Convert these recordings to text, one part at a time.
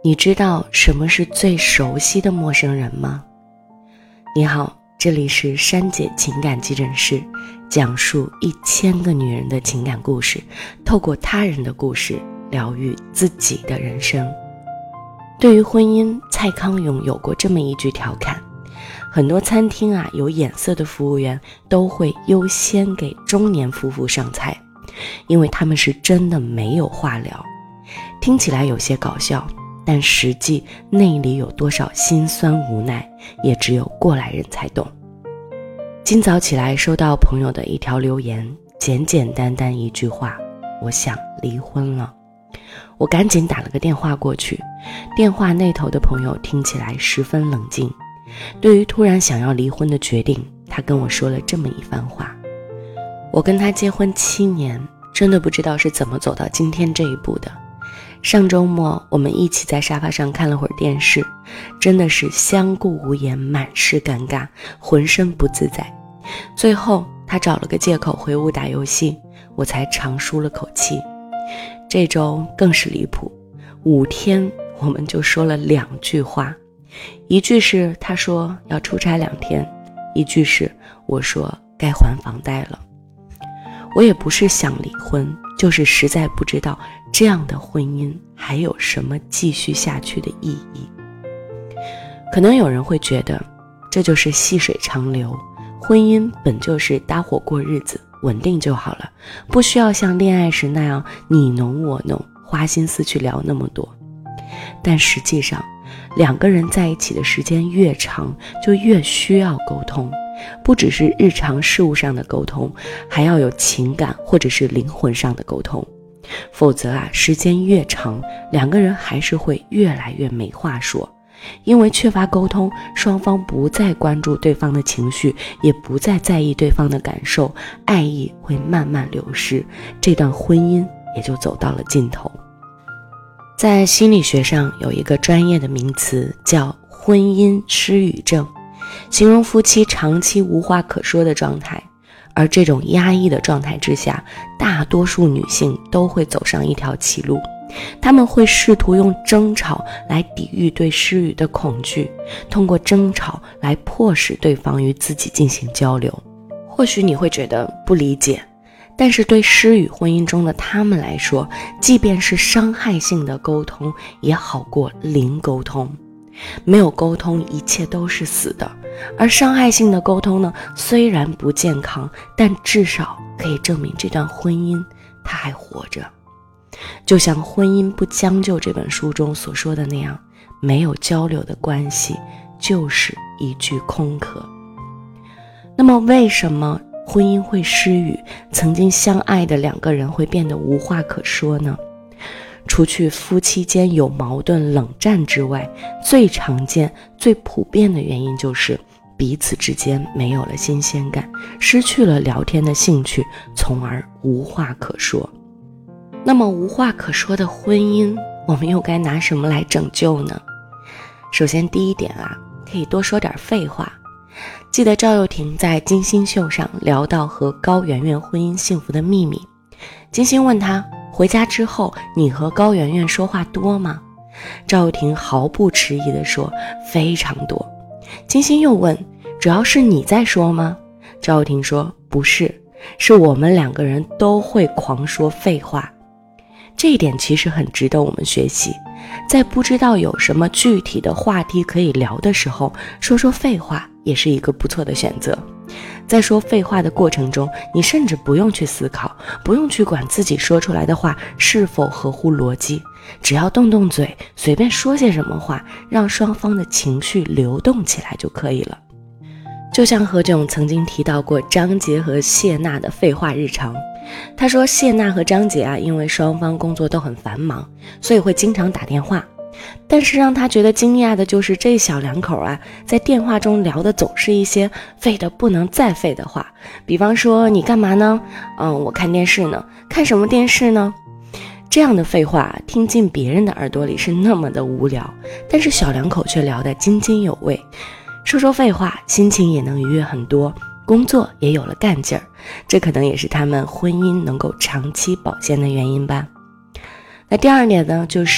你知道什么是最熟悉的陌生人吗？你好，这里是珊姐情感急诊室，讲述1000个女人的情感故事，透过他人的故事疗愈自己的人生。对于婚姻，蔡康永有过这么一句调侃，很多餐厅有眼色的服务员都会优先给中年夫妇上菜，因为他们是真的没有话聊。听起来有些搞笑，但实际内里有多少心酸无奈，也只有过来人才懂。今早起来收到朋友的一条留言，简简单单一句话，我想离婚了。我赶紧打了个电话过去，电话那头的朋友听起来十分冷静。对于突然想要离婚的决定，他跟我说了这么一番话：我跟他结婚7年，真的不知道是怎么走到今天这一步的。上周末我们一起在沙发上看了会儿电视，真的是相顾无言，满是尴尬，浑身不自在。最后他找了个借口回屋打游戏，我才长舒了口气。这周更是离谱，5天我们就说了2句话，一句是他说要出差2天，一句是我说该还房贷了。我也不是想离婚，就是实在不知道这样的婚姻还有什么继续下去的意义。可能有人会觉得这就是细水长流，婚姻本就是搭伙过日子，稳定就好了，不需要像恋爱时那样你侬我侬，花心思去聊那么多。但实际上2个人在一起的时间越长，就越需要沟通，不只是日常事务上的沟通，还要有情感或者是灵魂上的沟通。否则时间越长，2个人还是会越来越没话说。因为缺乏沟通，双方不再关注对方的情绪，也不再在意对方的感受，爱意会慢慢流失，这段婚姻也就走到了尽头。在心理学上有一个专业的名词叫婚姻失语症，形容夫妻长期无话可说的状态。而这种压抑的状态之下，大多数女性都会走上一条歧路，她们会试图用争吵来抵御对失语的恐惧，通过争吵来迫使对方与自己进行交流。或许你会觉得不理解，但是对失语婚姻中的他们来说，即便是伤害性的沟通也好过零沟通。没有沟通，一切都是死的。而伤害性的沟通呢，虽然不健康，但至少可以证明这段婚姻它还活着。就像《婚姻不将就》这本书中所说的那样，没有交流的关系就是一具空壳。那么为什么婚姻会失语，曾经相爱的2个人会变得无话可说呢？除去夫妻间有矛盾冷战之外，最常见最普遍的原因就是彼此之间没有了新鲜感，失去了聊天的兴趣，从而无话可说。那么无话可说的婚姻，我们又该拿什么来拯救呢？首先第一点可以多说点废话。记得赵又廷在金星秀上聊到和高圆圆婚姻幸福的秘密，金星问他，回家之后你和高圆圆说话多吗？赵又廷毫不迟疑地说，非常多。金星又问，主要是你在说吗？赵又廷说，不是，是我们2个人都会狂说废话。这一点其实很值得我们学习，在不知道有什么具体的话题可以聊的时候，说说废话也是一个不错的选择。在说废话的过程中，你甚至不用去思考，不用去管自己说出来的话是否合乎逻辑，只要动动嘴，随便说些什么话，让双方的情绪流动起来就可以了。就像何炅曾经提到过张杰和谢娜的废话日常，他说谢娜和张杰因为双方工作都很繁忙，所以会经常打电话。但是让他觉得惊讶的就是这小2口在电话中聊的总是一些废的不能再废的话，比方说你干嘛呢？我看电视呢。看什么电视呢？这样的废话听进别人的耳朵里是那么的无聊，但是小2口却聊得津津有味。说说废话，心情也能愉悦很多，工作也有了干劲儿，这可能也是他们婚姻能够长期保鲜的原因吧。那第2点呢，就是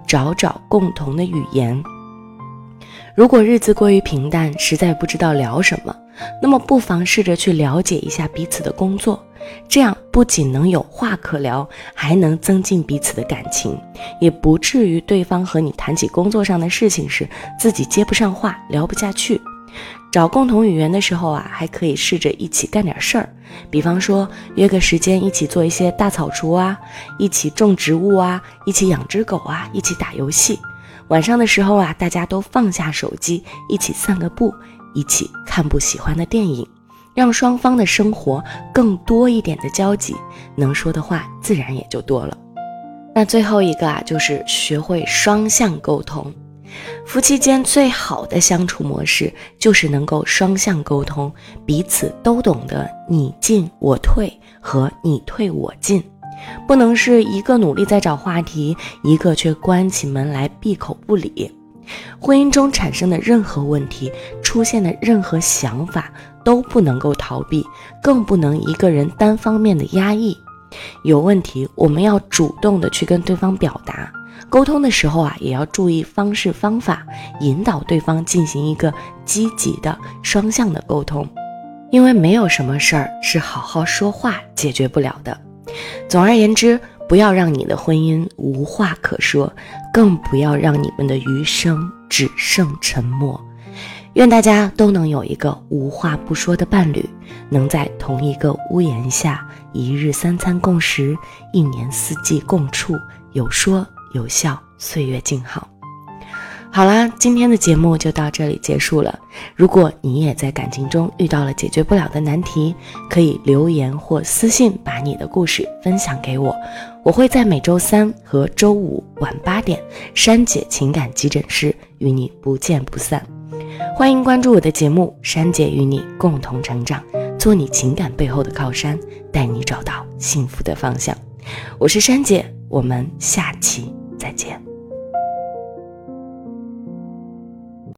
找找共同的语言。如果日子过于平淡，实在不知道聊什么，那么不妨试着去了解一下彼此的工作，这样不仅能有话可聊，还能增进彼此的感情，也不至于对方和你谈起工作上的事情时，自己接不上话，聊不下去。找共同语言的时候还可以试着一起干点事儿，比方说约个时间一起做一些大扫除一起种植物一起养只狗一起打游戏。晚上的时候大家都放下手机，一起散个步，一起看部喜欢的电影，让双方的生活更多一点的交集，能说的话自然也就多了。那最后一个就是学会双向沟通。夫妻间最好的相处模式就是能够双向沟通，彼此都懂得你进我退和你退我进，不能是一个努力在找话题，一个却关起门来闭口不理。婚姻中产生的任何问题，出现的任何想法都不能够逃避，更不能一个人单方面的压抑。有问题我们要主动的去跟对方表达，沟通的时候也要注意方式方法，引导对方进行一个积极的双向的沟通，因为没有什么事儿是好好说话解决不了的。总而言之，不要让你的婚姻无话可说，更不要让你们的余生只剩沉默。愿大家都能有一个无话不说的伴侣，能在同一个屋檐下一日三餐共食，一年四季共处，有说有笑，岁月静好。好啦，今天的节目就到这里结束了。如果你也在感情中遇到了解决不了的难题，可以留言或私信把你的故事分享给我，我会在每周三和周五晚8点，珊姐情感急诊室与你不见不散。欢迎关注我的节目，珊姐与你共同成长，做你情感背后的靠山，带你找到幸福的方向。我是珊姐，我们下期再见。